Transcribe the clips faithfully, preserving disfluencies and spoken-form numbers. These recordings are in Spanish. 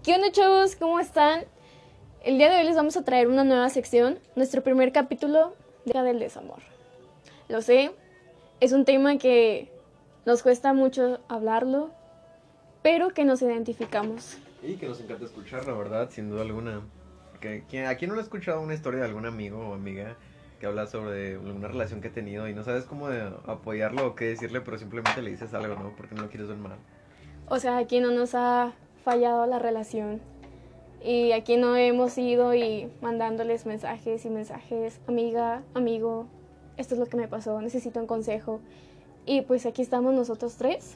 ¿Qué onda, chavos? ¿Cómo están? El día de hoy les vamos a traer una nueva sección, nuestro primer capítulo de del desamor. Lo sé, es un tema que nos cuesta mucho hablarlo, pero que nos identificamos. Y que nos encanta escuchar, la verdad, sin duda alguna. Porque ¿quién- ¿a quién no le ha escuchado una historia de algún amigo o amiga que habla sobre alguna relación que ha tenido y no sabes cómo de apoyarlo o qué decirle, pero simplemente le dices algo, ¿no? Porque no lo quieres ver mal. O sea, aquí no nos ha fallado la relación. Y aquí no hemos ido y mandándoles mensajes y mensajes, amiga, amigo, esto es lo que me pasó, necesito un consejo. Y pues aquí estamos nosotros tres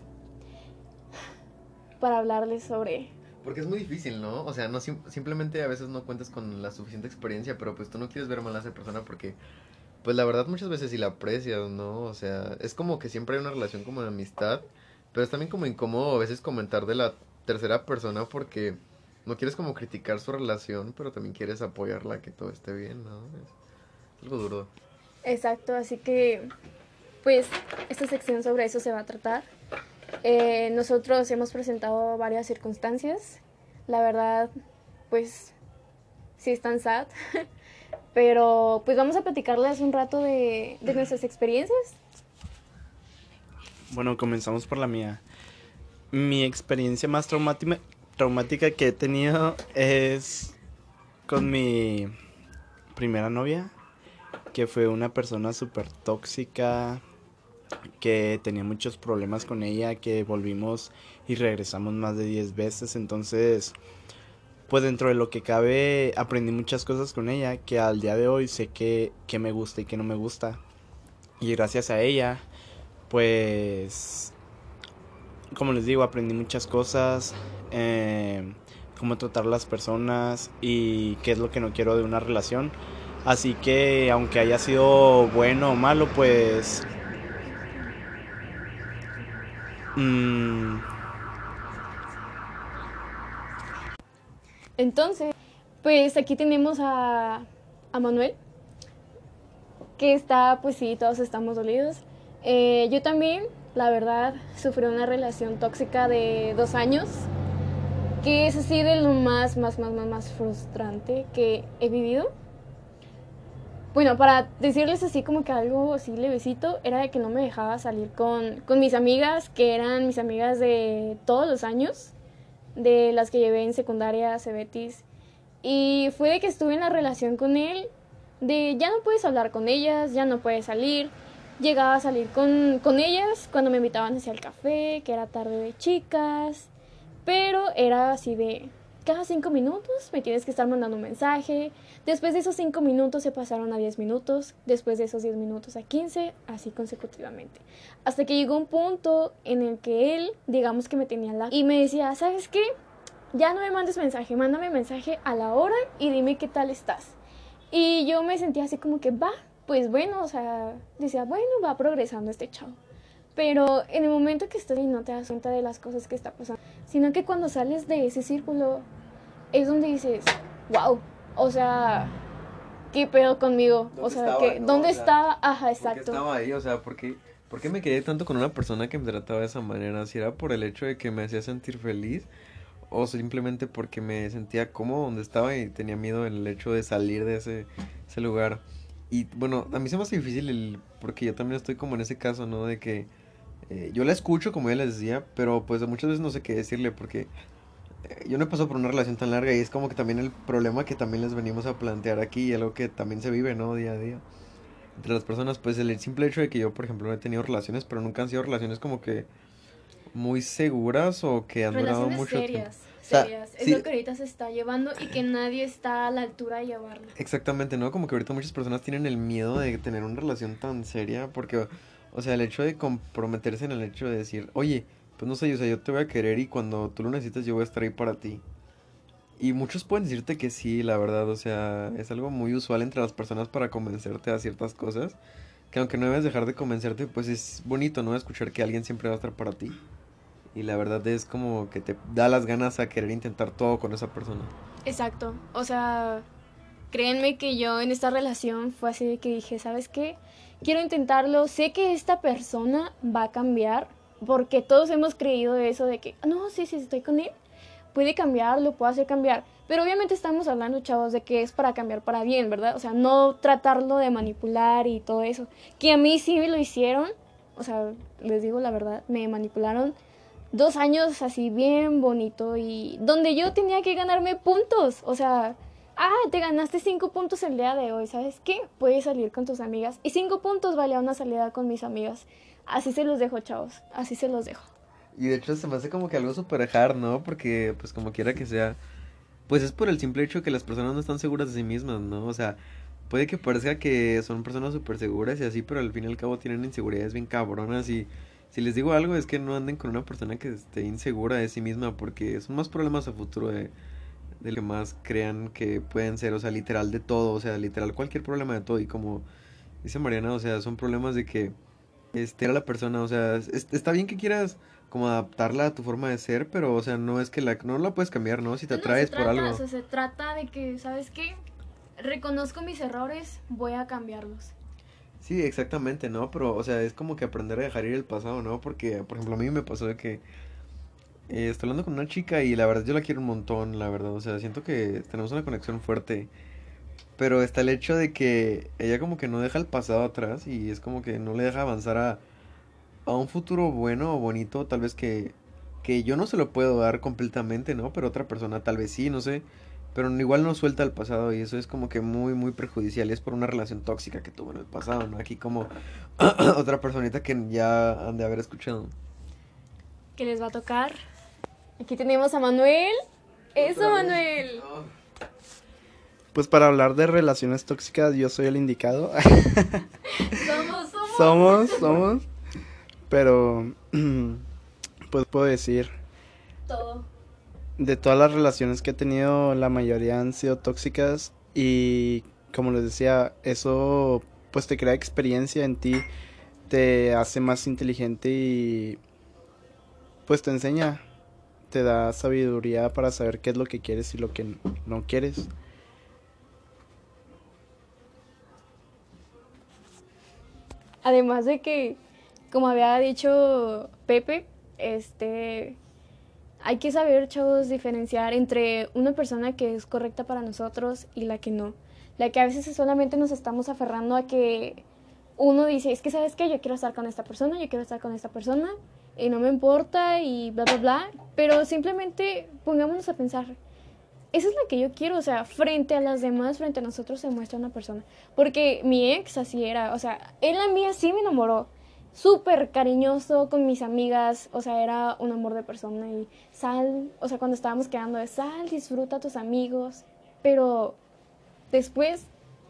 para hablarles sobre... Porque es muy difícil, ¿no? O sea, no sim- simplemente a veces no cuentas con la suficiente experiencia, pero pues tú no quieres ver mal a esa persona porque, pues la verdad muchas veces sí la aprecias, ¿no? O sea, es como que siempre hay una relación como de amistad, pero es también como incómodo a veces comentar de la tercera persona porque no quieres como criticar su relación, pero también quieres apoyarla, que todo esté bien, ¿no? Es algo duro. Exacto, así que pues esta sección sobre eso se va a tratar. Eh, nosotros hemos presentado varias circunstancias, la verdad pues sí están sad, pero pues vamos a platicarles un rato de, de nuestras experiencias. Bueno, comenzamos por la mía. Mi experiencia más traumática, traumática que he tenido es con mi primera novia, que fue una persona súper tóxica, que tenía muchos problemas con ella, que volvimos y regresamos más de diez veces. Entonces, pues dentro de lo que cabe, aprendí muchas cosas con ella, que al día de hoy sé que, que me gusta y que no me gusta. Y gracias a ella, pues como les digo, aprendí muchas cosas, eh, cómo tratar a las personas y qué es lo que no quiero de una relación. Así que aunque haya sido bueno o malo, pues... Mmm, Entonces, pues aquí tenemos a, a Manuel, que está, pues sí, todos estamos dolidos. Eh, yo también, la verdad, sufrí una relación tóxica de dos años, que es así de lo más, más, más, más, más frustrante que he vivido. Bueno, para decirles así como que algo así levecito, era de que no me dejaba salir con, con mis amigas, que eran mis amigas de todos los años, de las que llevé en secundaria, Cebetis. Y fue de que estuve en la relación con él, de ya no puedes hablar con ellas, ya no puedes salir. Llegaba a salir con, con ellas cuando me invitaban hacia el café, que era tarde de chicas, pero era así de cada cinco minutos me tienes que estar mandando un mensaje. Después de esos cinco minutos se pasaron a diez minutos, después de esos diez minutos a quince, así consecutivamente. Hasta que llegó un punto en el que él, digamos que me tenía la... y me decía, ¿sabes qué? Ya no me mandes mensaje, mándame mensaje a la hora y dime qué tal estás. Y yo me sentía así como que va, pues bueno, o sea, decía, bueno, va progresando este chavo. Pero en el momento que estás ahí no te das cuenta de las cosas que está pasando, sino que cuando sales de ese círculo es donde dices, wow, o sea, ¿qué pedo conmigo? O ¿Dónde sea, estaba, que no? ¿dónde O sea, estaba? Ajá, ¿por qué exacto. estaba ahí? O sea, ¿por qué, ¿por qué me quedé tanto con una persona que me trataba de esa manera? Si era por el hecho de que me hacía sentir feliz o simplemente porque me sentía cómodo donde estaba y tenía miedo el hecho de salir de ese, ese lugar. Y bueno, a mí se me hace difícil el, porque yo también estoy como en ese caso, ¿no? De que eh, yo la escucho, como ya les decía, pero pues muchas veces no sé qué decirle porque eh, yo no he pasado por una relación tan larga y es como que también el problema que también les venimos a plantear aquí y algo que también se vive, ¿no? Día a día. Entre las personas, pues el simple hecho de que yo, por ejemplo, no he tenido relaciones, pero nunca han sido relaciones como que muy seguras o que han durado Relaciones mucho tiempo. serias, O sea, serias, es sí, lo que ahorita se está llevando y que nadie está a la altura de llevarlo. exactamente, ¿no? Como que ahorita muchas personas tienen el miedo de tener una relación tan seria porque, o sea, el hecho de comprometerse en el hecho de decir, oye, pues no sé, o sea, yo te voy a querer y cuando tú lo necesites yo voy a estar ahí para ti. Y muchos pueden decirte que sí, la verdad, o sea, es algo muy usual entre las personas para convencerte a ciertas cosas, que aunque no debes dejar de convencerte, pues es bonito, ¿no? Escuchar que alguien siempre va a estar para ti. Y la verdad es como que te da las ganas a querer intentar todo con esa persona. Exacto, o sea, créanme que yo en esta relación fue así de que dije, ¿sabes qué? Quiero intentarlo, sé que esta persona va a cambiar, porque todos hemos creído eso de que, no, sí, sí, estoy con él, puede cambiar, lo puede hacer cambiar. Pero obviamente estamos hablando, chavos, de que es para cambiar para bien, ¿verdad? O sea, no tratarlo de manipular y todo eso. Que a mí sí me lo hicieron, o sea, les digo la verdad, me manipularon dos años así bien bonito y donde yo tenía que ganarme puntos, o sea, ah, te ganaste cinco puntos el día de hoy, ¿sabes qué? Puedes salir con tus amigas y cinco puntos valía una salida con mis amigas. Así se los dejo, chavos, así se los dejo. Y de hecho se me hace como que algo súper hard, ¿no? Porque pues como quiera que sea, pues es por el simple hecho que las personas no están seguras de sí mismas, ¿no? O sea, puede que parezca que son personas súper seguras y así, pero al fin y al cabo tienen inseguridades bien cabronas y si les digo algo es que no anden con una persona que esté insegura de sí misma porque son más problemas a futuro de, de lo que más crean que pueden ser, o sea, literal de todo, o sea, literal cualquier problema de todo y como dice Mariana, o sea, son problemas de que este era la persona, o sea, es- está bien que quieras como adaptarla a tu forma de ser, pero o sea, no es que la no la puedes cambiar, ¿no? Si te No, no, se atraes por trata, o algo. sea, se trata de que, ¿sabes qué? Reconozco mis errores, voy a cambiarlos. Sí, exactamente, ¿no? Pero, o sea, es como que aprender a dejar ir el pasado, ¿no? Porque, por ejemplo, a mí me pasó de que eh, estoy hablando con una chica y la verdad yo la quiero un montón, la verdad, o sea, siento que tenemos una conexión fuerte, pero está el hecho de que ella como que no deja el pasado atrás y es como que no le deja avanzar a, a un futuro bueno o bonito, tal vez que, que yo no se lo puedo dar completamente, ¿no? Pero otra persona tal vez sí, no sé. Pero igual no suelta el pasado y eso es como que muy, muy perjudicial. Y es por una relación tóxica que tuvo en el pasado, ¿no? Aquí como otra personita que ya han de haber escuchado. ¿Qué les va a tocar? Aquí tenemos a Manuel. ¡Eso, Otra vez. Manuel! No. Pues para hablar de relaciones tóxicas yo soy el indicado. Somos, somos. somos, somos. Pero, pues puedo decir, Todo. de todas las relaciones que he tenido, la mayoría han sido tóxicas y como les decía, eso pues te crea experiencia en ti, te hace más inteligente y pues te enseña, te da sabiduría para saber qué es lo que quieres y lo que no quieres. Además de que, como había dicho Pepe, este, hay que saber, chavos, diferenciar entre una persona que es correcta para nosotros y la que no. La que a veces solamente nos estamos aferrando a que uno dice, es que sabes qué, yo quiero estar con esta persona, yo quiero estar con esta persona, y no me importa, y bla, bla, bla. Pero simplemente pongámonos a pensar, esa es la que yo quiero, o sea, frente a las demás, frente a nosotros se muestra una persona. Porque mi ex así era, o sea, él a mí así me enamoró. Súper cariñoso con mis amigas, o sea, era un amor de persona y sal, o sea, cuando estábamos quedando de sal, disfruta a tus amigos, pero después,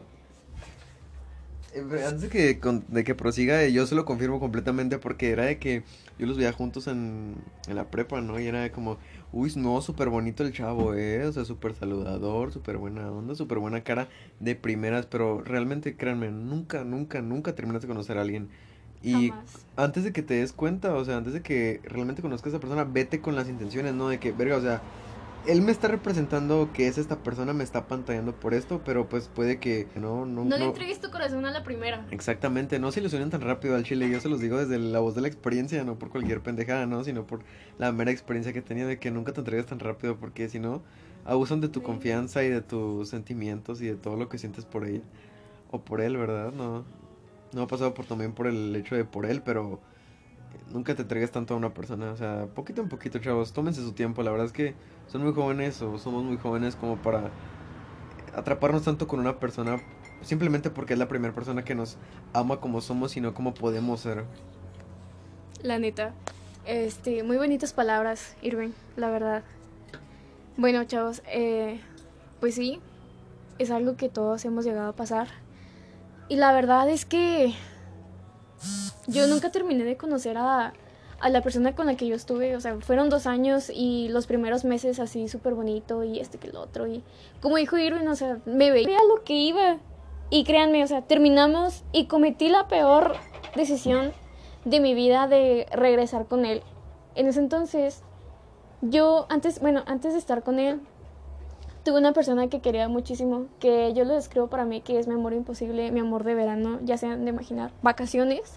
Eh, pero Antes de que, con- de que prosiga, eh, yo se lo confirmo completamente porque era de que yo los veía juntos en, en la prepa, ¿no? Y era de como, uy, no, súper bonito el chavo, ¿eh? O sea, súper saludador, súper buena onda, súper buena cara de primeras, pero realmente, créanme, nunca, nunca, nunca terminas de conocer a alguien. Y jamás. antes de que te des cuenta, o sea, antes de que realmente conozcas a esa persona, vete con las intenciones, ¿no? De que, verga, o sea, él me está representando que es esta persona, me está pantallando por esto, pero pues puede que no, no, No le no. entregues tu corazón a la primera. Exactamente, no se ilusionen tan rápido al chile, yo se los digo desde la voz de la experiencia, no por cualquier pendejada, ¿no? Sino por la mera experiencia que he tenido de que nunca te entregues tan rápido, porque si no, abusan de tu confianza y de tus sentimientos y de todo lo que sientes por ella, o por él, ¿verdad? No, no ha pasado por también por el hecho de por él, pero nunca te entregues tanto a una persona, o sea, poquito en poquito, chavos, tómense su tiempo, la verdad es que son muy jóvenes o somos muy jóvenes como para atraparnos tanto con una persona simplemente porque es la primera persona que nos ama como somos, sino como podemos ser. La neta. Este, muy bonitas palabras, Irving, la verdad. Bueno, chavos, eh, pues sí, es algo que todos hemos llegado a pasar. Y la verdad es que yo nunca terminé de conocer a, a la persona con la que yo estuve. O sea, fueron dos años y los primeros meses así súper bonito y este que el otro. Y como dijo Irwin, o sea, me veía lo que iba. Y créanme, o sea, terminamos y cometí la peor decisión de mi vida de regresar con él. En ese entonces, yo antes, bueno, antes de estar con él, tuve una persona que quería muchísimo, que yo lo describo para mí que es mi amor imposible, mi amor de verano, ya se han de imaginar, vacaciones.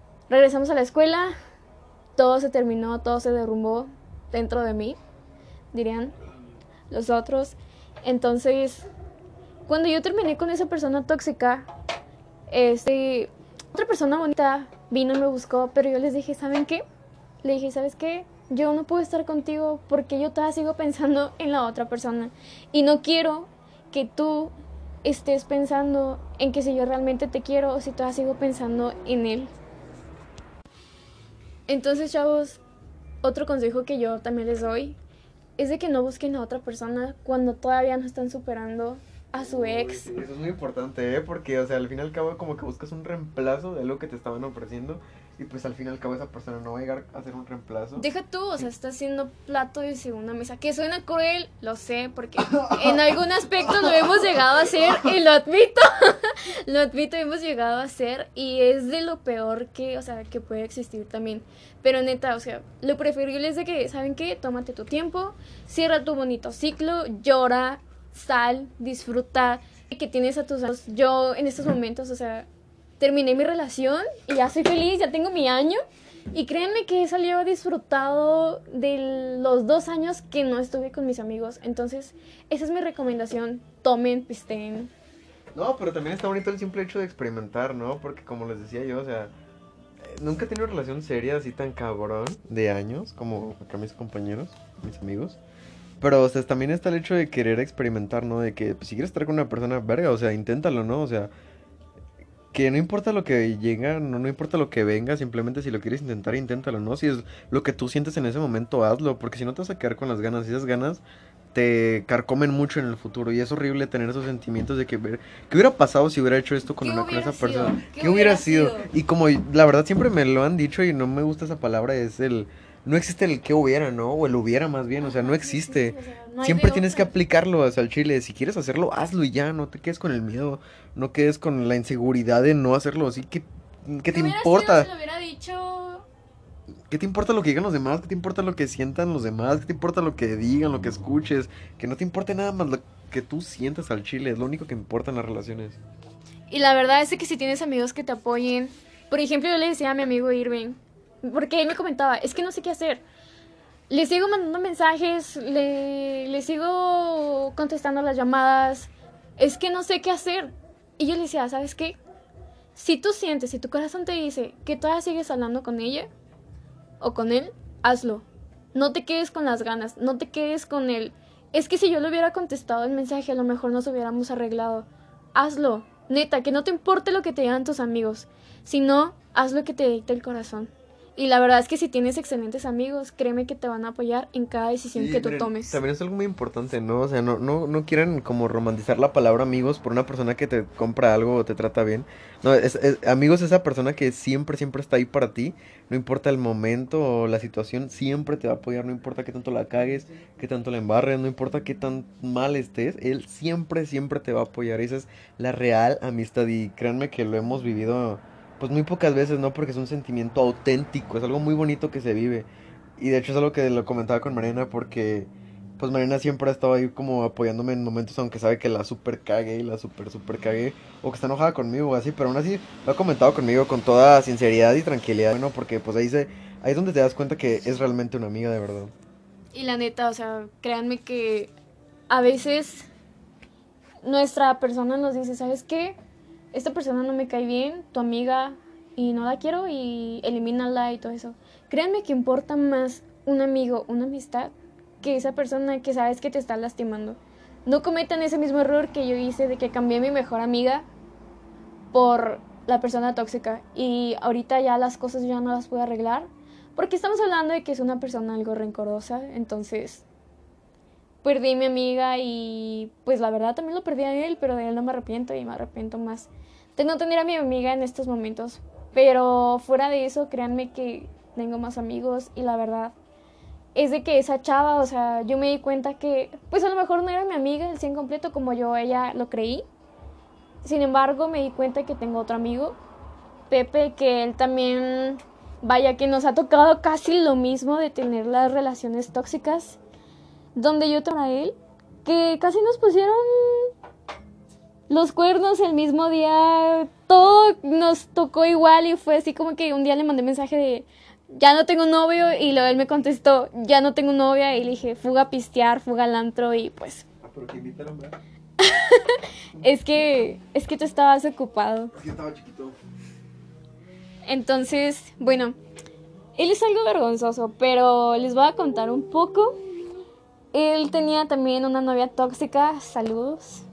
Regresamos a la escuela, todo se terminó, todo se derrumbó dentro de mí. dirían los otros. Entonces, cuando yo terminé con esa persona tóxica, este, otra persona bonita vino y me buscó, pero yo les dije, ¿saben qué? Le dije, ¿sabes qué? Yo no puedo estar contigo porque yo todavía sigo pensando en la otra persona. Y no quiero que tú estés pensando en que si yo realmente te quiero o si todavía sigo pensando en él. Entonces, chavos, otro consejo que yo también les doy es de que no busquen a otra persona cuando todavía no están superando a su ex. Uy, eso es muy importante, ¿eh? Porque, o sea, al fin y al cabo como que buscas un reemplazo de lo que te estaban ofreciendo y pues al fin y al cabo esa persona no va a llegar a ser un reemplazo. Deja tú, o sea, está haciendo plato de segunda mesa, que suena cruel, lo sé, porque en algún aspecto lo hemos llegado a hacer y lo admito, lo admito, hemos llegado a hacer y es de lo peor que, o sea, que puede existir también. Pero neta, o sea, lo preferible es de que, ¿saben qué? Tómate tu tiempo, cierra tu bonito ciclo, llora, sal, disfruta, que tienes a tus amigos. Yo en estos momentos, o sea, terminé mi relación y ya soy feliz, ya tengo mi año. Y créanme que he salido disfrutado de los dos años que no estuve con mis amigos. Entonces, esa es mi recomendación. Tomen, pisteen. No, pero también está bonito el simple hecho de experimentar, ¿no? Porque como les decía yo, o sea, eh, nunca he tenido una relación seria así tan cabrón de años como acá mis compañeros, mis amigos. Pero, o sea, también está el hecho de querer experimentar, ¿no? De que pues, si quieres estar con una persona, verga, o sea, inténtalo, ¿no? O sea, que no importa lo que llega, no, no importa lo que venga, simplemente si lo quieres intentar, inténtalo, ¿no? Si es lo que tú sientes en ese momento, hazlo, porque si no te vas a quedar con las ganas, y esas ganas te carcomen mucho en el futuro, y es horrible tener esos sentimientos de que ver, ¿qué hubiera pasado si hubiera hecho esto con, una, con esa sido? persona? ¿Qué ¿Qué hubiera hubiera sido? sido? Y como la verdad siempre me lo han dicho y no me gusta esa palabra, es el, no existe el qué hubiera, ¿no? O el hubiera más bien, o sea, no existe. O sea, no hay Siempre de tienes que otra. aplicarlo hacia el chile. Si quieres hacerlo, hazlo y ya. No te quedes con el miedo. No quedes con la inseguridad de no hacerlo. Así que, ¿qué te hubiera importa? sido si lo hubiera dicho? ¿Qué te importa lo que digan los demás? ¿Qué te importa lo que sientan los demás? ¿Qué te importa lo que digan, lo que escuches? Que no te importe nada más lo que tú sientas al chile. Es lo único que importa en las relaciones. Y la verdad es que si tienes amigos que te apoyen, por ejemplo, yo le decía a mi amigo Irving, porque él me comentaba, es que no sé qué hacer. Le sigo mandando mensajes, le, le sigo contestando las llamadas, es que no sé qué hacer. Y yo le decía, ¿sabes qué? Si tú sientes, si tu corazón te dice que todavía sigues hablando con ella o con él, hazlo. No te quedes con las ganas, no te quedes con él. Es que si yo le hubiera contestado el mensaje, a lo mejor nos hubiéramos arreglado. Hazlo, neta, que no te importe lo que te digan tus amigos, sino haz lo que te dicte el corazón. Y la verdad es que si tienes excelentes amigos, créeme que te van a apoyar en cada decisión Sí, que tú miren, tomes. también es algo muy importante, ¿no? O sea, no, no, no quieran como romantizar la palabra amigos por una persona que te compra algo o te trata bien. No, es, es- amigos es esa persona que siempre, siempre está ahí para ti. No importa el momento o la situación, siempre te va a apoyar. No importa qué tanto la cagues, qué tanto la embarres, no importa qué tan mal estés. Él siempre, siempre te va a apoyar. Esa es la real amistad y créanme que lo hemos vivido pues muy pocas veces, ¿no? Porque es un sentimiento auténtico, es algo muy bonito que se vive. Y de hecho es algo que lo comentaba con Mariana porque pues Mariana siempre ha estado ahí como apoyándome en momentos aunque sabe que la super cague y la super super cague o que está enojada conmigo o así, pero aún así lo ha comentado conmigo con toda sinceridad y tranquilidad, bueno, porque pues ahí se ahí es donde te das cuenta que es realmente una amiga de verdad. Y la neta, o sea, créanme que a veces nuestra persona nos dice, ¿sabes qué? Esta persona no me cae bien, tu amiga, y no la quiero y elimínala y todo eso. Créanme que importa más un amigo, una amistad, que esa persona que sabes que te está lastimando. No cometan ese mismo error que yo hice de que cambié a mi mejor amiga por la persona tóxica. Y ahorita ya las cosas yo ya no las puedo arreglar porque estamos hablando de que es una persona algo rencorosa. Entonces perdí a mi amiga y pues la verdad también lo perdí a él, pero de él no me arrepiento y me arrepiento más de no tener a mi amiga en estos momentos. Pero fuera de eso, créanme que tengo más amigos y la verdad es de que esa chava, o sea, yo me di cuenta que pues a lo mejor no era mi amiga el cien completo como yo ella lo creí. Sin embargo, me di cuenta que tengo otro amigo, Pepe, que él también, vaya, que nos ha tocado casi lo mismo de tener las relaciones tóxicas, donde yo tengo a él, que casi nos pusieron los cuernos el mismo día, todo nos tocó igual y fue así como que un día le mandé mensaje de, ya no tengo novio, y luego él me contestó, ya no tengo novia, y le dije, fuga a pistear, fuga al antro, y pues... Ah, pero que invita al hombre. Es que, es que tú estabas ocupado. Es que estaba chiquito. Entonces, bueno, él es algo vergonzoso, pero les voy a contar un poco. Él tenía también una novia tóxica, saludos.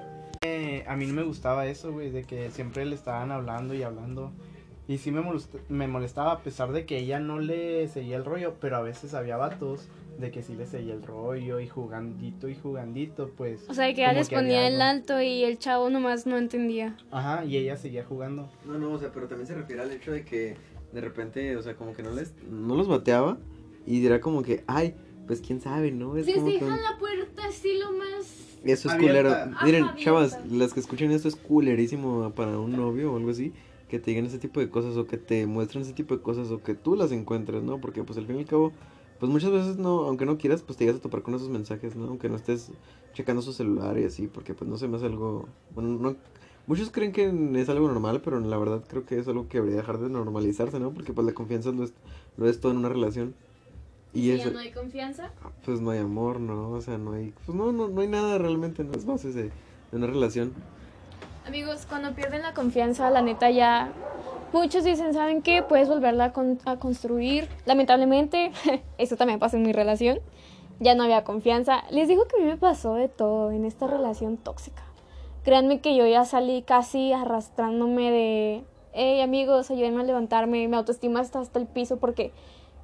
Eh, a mí no me gustaba eso, güey, de que siempre le estaban hablando y hablando. Y sí me, molest me molestaba, a pesar de que ella no le seguía el rollo, pero a veces había vatos de que sí le seguía el rollo y jugandito y jugandito, pues. O sea, que ya como les que ponía había el algo. alto y el chavo nomás no entendía. Ajá, y ella seguía jugando. No, no, o sea, pero también se refiere al hecho de que de repente, o sea, como que no les, no los bateaba y era como que, ay, pues quién sabe, ¿no? Es Les como que dejan un- la puerta así lo más... Eso es abierta. culero. Ajá, Miren, abierta. chavas, las que escuchan esto es culerísimo para un novio o algo así, que te digan ese tipo de cosas o que te muestren ese tipo de cosas o que tú las encuentres, ¿no? Porque pues al fin y al cabo, pues muchas veces no, aunque no quieras, pues te llegas a topar con esos mensajes, ¿no? Aunque no estés checando su celular y así, porque pues no se me hace algo, bueno, no, muchos creen que es algo normal, pero la verdad creo que es algo que debería dejar de normalizarse, ¿no? Porque pues la confianza lo es, lo es todo en una relación. Y Si es, ya no hay confianza. pues no hay amor, ¿no? O sea, no hay, pues no, no, no hay nada realmente en las bases de, de una relación. Amigos, cuando pierden la confianza, la neta ya... Muchos dicen, ¿saben qué? Puedes volverla a, con- a construir. Lamentablemente, eso también pasa en mi relación. Ya no había confianza. Les digo que a mí me pasó de todo en esta relación tóxica. Créanme que yo ya salí casi arrastrándome de... Hey, amigos, ayúdenme a levantarme. Mi autoestima está hasta el piso porque...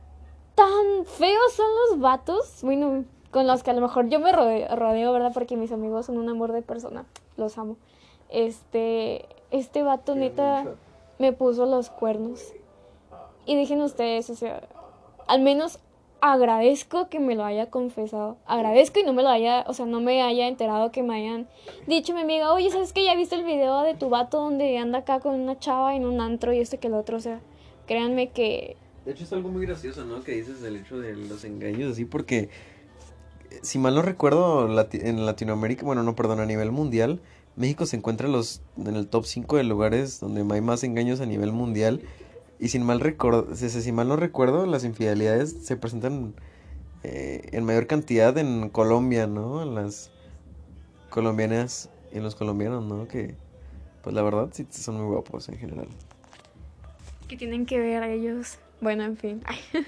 Tan feos son los vatos, bueno, con los que a lo mejor yo me rodeo, rodeo, ¿verdad? Porque mis amigos son un amor de persona, los amo. Este, este vato neta me puso los cuernos. Y dejen ustedes, o sea, al menos agradezco que me lo haya confesado. Agradezco y no me lo haya, o sea, no me haya enterado que me hayan dicho mi amiga, oye, ¿sabes qué? ¿Ya viste el video de tu vato donde anda acá con una chava en un antro y este que el otro? O sea, créanme que... De hecho es algo muy gracioso, ¿no? Que dices del hecho de los engaños, así, porque eh, si mal no recuerdo, lati- en Latinoamérica, bueno, no, perdón, a nivel mundial, México se encuentra en los, en el top cinco de lugares donde hay más engaños a nivel mundial. Y sin mal recuerdo, si, si si mal no recuerdo, las infidelidades se presentan eh, en mayor cantidad en Colombia, ¿no? En las colombianas, en los colombianos, ¿no? Que, pues la verdad, sí son muy guapos en general. que tienen que ver a ellos. Bueno, en fin.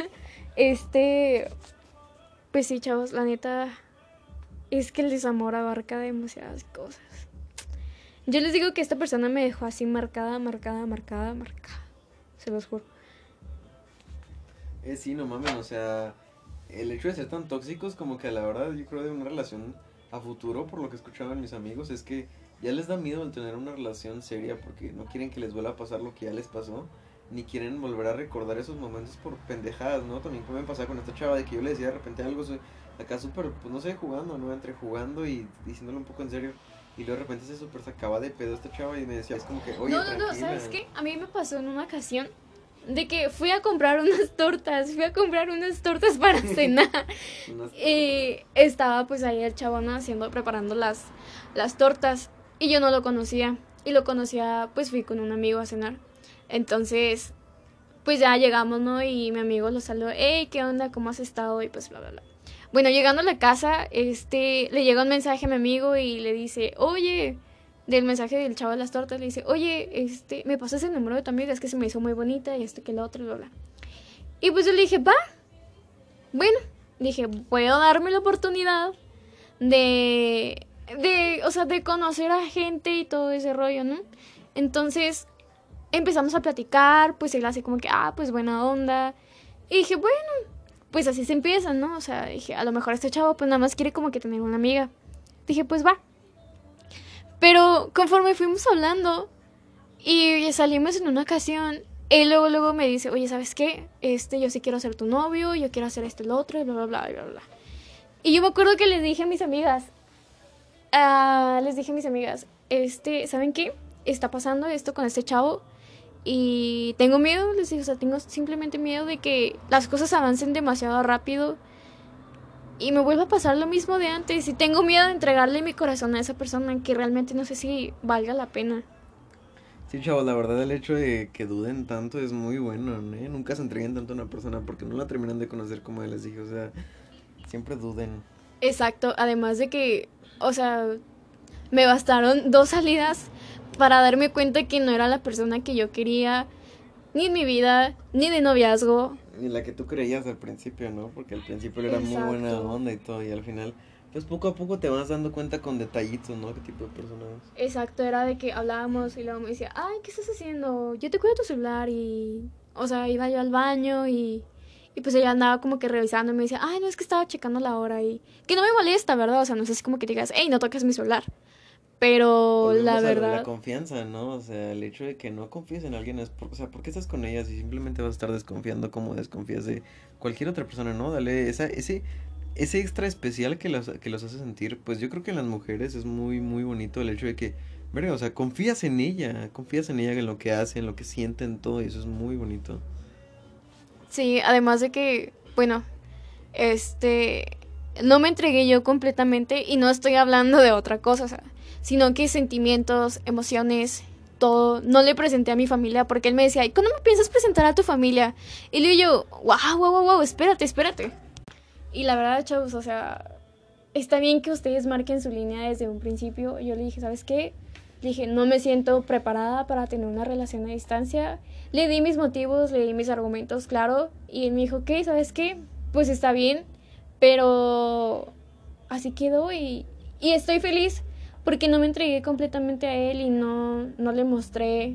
Este, pues sí, chavos, la neta es que el desamor abarca demasiadas cosas. Yo les digo que esta persona me dejó así marcada, marcada, marcada, marcada. Se los juro. Eh, sí, no mames, o sea, el hecho de ser tan tóxicos como que a la verdad yo creo de una relación a futuro, por lo que escuchaban mis amigos, es que ya les da miedo el tener una relación seria porque no quieren que les vuelva a pasar lo que ya les pasó, ni quieren volver a recordar esos momentos por pendejadas, ¿no? También como me pasaba con esta chava de que yo le decía de repente algo so- acá súper, pues no sé, jugando, ¿no? Entre jugando y diciéndolo un poco en serio. Y luego de repente se súper sacaba de pedo esta chava y me decía, es como que, oye, No, no, no, tranquila. ¿sabes qué? A mí me pasó en una ocasión de que fui a comprar unas tortas, fui a comprar unas tortas para cenar. Unas- Y estaba pues ahí el chabón haciendo, preparando las, las tortas. Y yo no lo conocía. Y lo conocía, pues fui con un amigo a cenar. Entonces, pues ya llegamos, ¿no? Y mi amigo lo saludó, hey, ¿qué onda? ¿Cómo has estado? Y pues bla, bla, bla. Bueno, llegando a la casa, este, le llega un mensaje a mi amigo y le dice, oye, del mensaje del chavo de las tortas, le dice, oye, este, me pasas el número de tu amiga, es que se me hizo muy bonita y esto que lo otro, bla, bla. Y pues yo le dije, va, bueno, dije, puedo darme la oportunidad de, de, o sea, de conocer a gente y todo ese rollo, ¿no? Entonces empezamos a platicar, pues él hace como que, ah, pues buena onda. Y dije, bueno, pues así se empieza, ¿no? O sea, dije, a lo mejor este chavo pues nada más quiere como que tener una amiga. Dije, pues va. Pero conforme fuimos hablando y salimos en una ocasión, él luego, luego me dice, oye, ¿sabes qué? Este, yo sí quiero ser tu novio, yo quiero hacer esto, el otro, y bla, bla, bla, bla, bla. Y yo me acuerdo que les dije a mis amigas, ah, les dije a mis amigas, este, ¿saben qué? Está pasando esto con este chavo y tengo miedo, les dije, o sea, tengo simplemente miedo de que las cosas avancen demasiado rápido y me vuelva a pasar lo mismo de antes. Y tengo miedo de entregarle mi corazón a esa persona que realmente no sé si valga la pena. Sí, chavos, la verdad el hecho de que duden tanto es muy bueno, ¿eh? Nunca se entreguen tanto a una persona porque no la terminan de conocer como les dije, o sea, siempre duden. Exacto, además de que, o sea, me bastaron dos salidas para darme cuenta que no era la persona que yo quería, ni en mi vida, ni de noviazgo. Ni la que tú creías al principio, ¿no? Porque al principio él era muy buena Exacto. onda y todo, y al final, pues poco a poco te vas dando cuenta con detallitos, ¿no? ¿Qué tipo de persona es? Exacto, era de que hablábamos y luego me decía, ay, ¿qué estás haciendo? Yo te cuido tu celular y, o sea, iba yo al baño y, y pues ella andaba como que revisando y me decía, ay, no, es que estaba checando la hora y que no me molesta, ¿verdad? O sea, no sé si como que digas, hey, no toques mi celular, pero la Volvemos a lo de la verdad, confianza, ¿no? O sea, el hecho de que no confíes en alguien es, por, o sea, ¿por qué estás con ella si simplemente vas a estar desconfiando como desconfías de cualquier otra persona, ¿no? Dale esa, ese, ese extra especial que los, que los hace sentir, pues yo creo que en las mujeres es muy, muy bonito el hecho de que, verga, o sea, confías en ella, confías en ella, en lo que hace, en lo que siente, en todo, y eso es muy bonito. sí, además de que, bueno, este, no me entregué yo completamente y no estoy hablando de otra cosa, o sea, sino que sentimientos, emociones, todo, no le presenté a mi familia porque él me decía, ¿y cuándo me piensas presentar a tu familia? Y luego yo, wow, wow, wow, wow, espérate, espérate. Y la verdad, chavos, o sea, está bien que ustedes marquen su línea desde un principio. Yo le dije, ¿sabes qué? Le dije, no me siento preparada para tener una relación a distancia. Le di mis motivos, le di mis argumentos, claro. Y él me dijo, ¿qué? ¿Sabes qué? Pues está bien, pero así quedó y, y estoy feliz porque no me entregué completamente a él y no, no le mostré.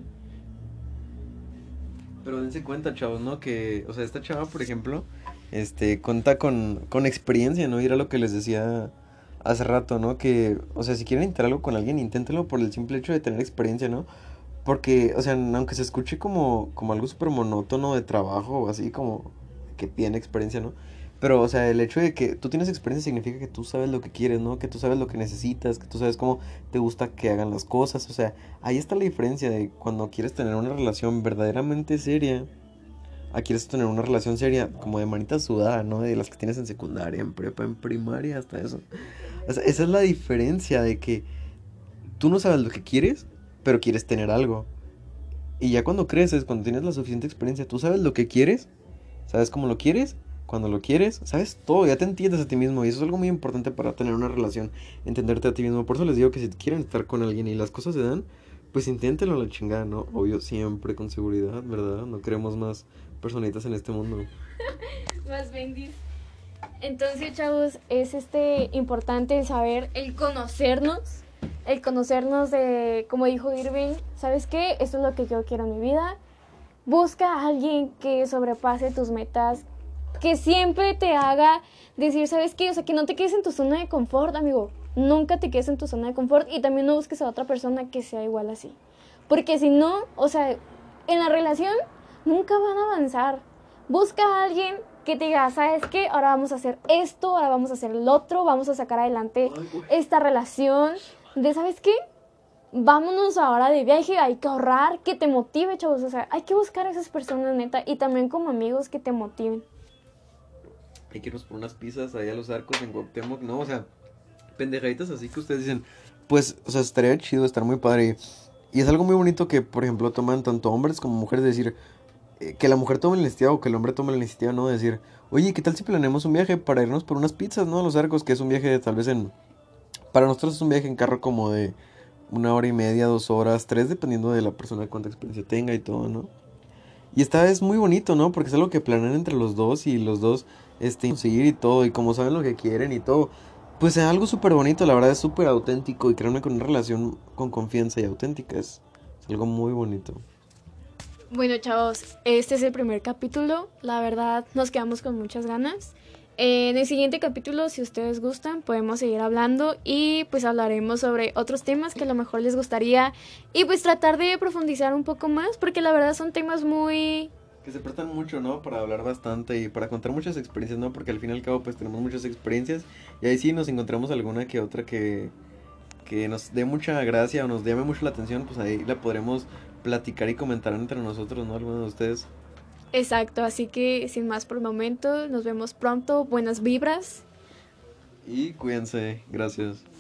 Pero dense cuenta, chavos, ¿no? Que, o sea, esta chava, por ejemplo, este, cuenta con, con experiencia, ¿no? Y era lo que les decía hace rato, ¿no? Que, o sea, si quieren intentar algo con alguien, inténtenlo por el simple hecho de tener experiencia, ¿no? Porque, o sea, aunque se escuche como, como algo súper monótono de trabajo o así, como que tiene experiencia, ¿no? Pero, o sea, el hecho de que tú tienes experiencia significa que tú sabes lo que quieres, ¿no? Que tú sabes lo que necesitas, que tú sabes cómo te gusta que hagan las cosas. O sea, ahí está la diferencia de cuando quieres tener una relación verdaderamente seria. A quieres tener una relación seria, como de manita sudada, ¿no? De las que tienes en secundaria, en prepa, en primaria, hasta eso. O sea, esa es la diferencia de que tú no sabes lo que quieres, pero quieres tener algo. Y ya cuando creces, cuando tienes la suficiente experiencia, tú sabes lo que quieres, sabes cómo lo quieres, cuando lo quieres, sabes todo, ya te entiendes a ti mismo. Y eso es algo muy importante para tener una relación, entenderte a ti mismo. Por eso les digo que si quieren estar con alguien y las cosas se dan, pues inténtenlo a la chingada, ¿no? Obvio, siempre con seguridad, ¿verdad? No queremos más personitas en este mundo. Más bendis. Entonces, chavos, es este importante el saber, el conocernos, el conocernos de, como dijo Irving, ¿sabes qué? Esto es lo que yo quiero en mi vida. Busca a alguien que sobrepase tus metas, que siempre te haga decir, ¿sabes qué? O sea, que no te quedes en tu zona de confort, amigo. Nunca te quedes en tu zona de confort y también no busques a otra persona que sea igual así. Porque si no, o sea, en la relación nunca van a avanzar. Busca a alguien que te diga, ¿sabes qué? Ahora vamos a hacer esto, ahora vamos a hacer el otro, vamos a sacar adelante esta relación. De, ¿sabes qué? Vámonos ahora de viaje, hay que ahorrar, que te motive, chavos. O sea, hay que buscar a esas personas, neta, y también como amigos que te motiven. Hay que irnos por unas pizzas allá a los arcos en Cuauhtémoc, ¿no? O sea, pendejaditas así que ustedes dicen, pues, o sea, estaría chido, estar muy padre. Y es algo muy bonito que, por ejemplo, toman tanto hombres como mujeres, de decir, eh, que la mujer tome la iniciativa o que el hombre tome la iniciativa, ¿no? De decir, oye, ¿qué tal si planeamos un viaje para irnos por unas pizzas, ¿no? A los arcos, que es un viaje tal vez en... Para nosotros es un viaje en carro como de una hora y media, dos horas, tres, dependiendo de la persona cuánta experiencia tenga y todo, ¿no? Y esta es muy bonito, ¿no? Porque es algo que planean entre los dos y los dos, este, conseguir y todo, y como saben lo que quieren y todo. Pues es algo súper bonito, la verdad es súper auténtico y créanme con una relación con confianza y auténtica es, es algo muy bonito. Bueno, chavos, este es el primer capítulo. La verdad, nos quedamos con muchas ganas. Eh, en el siguiente capítulo, si ustedes gustan, podemos seguir hablando y pues hablaremos sobre otros temas que a lo mejor les gustaría y pues tratar de profundizar un poco más porque la verdad son temas muy... Que se prestan mucho, ¿no? Para hablar bastante y para contar muchas experiencias, ¿no? Porque al fin y al cabo pues tenemos muchas experiencias y ahí sí nos encontramos alguna que otra que, que nos dé mucha gracia o nos llame mucho la atención, pues ahí la podremos platicar y comentar entre nosotros, ¿no? Algunos de ustedes. Exacto, así que sin más por el momento, nos vemos pronto, buenas vibras. Y cuídense, gracias.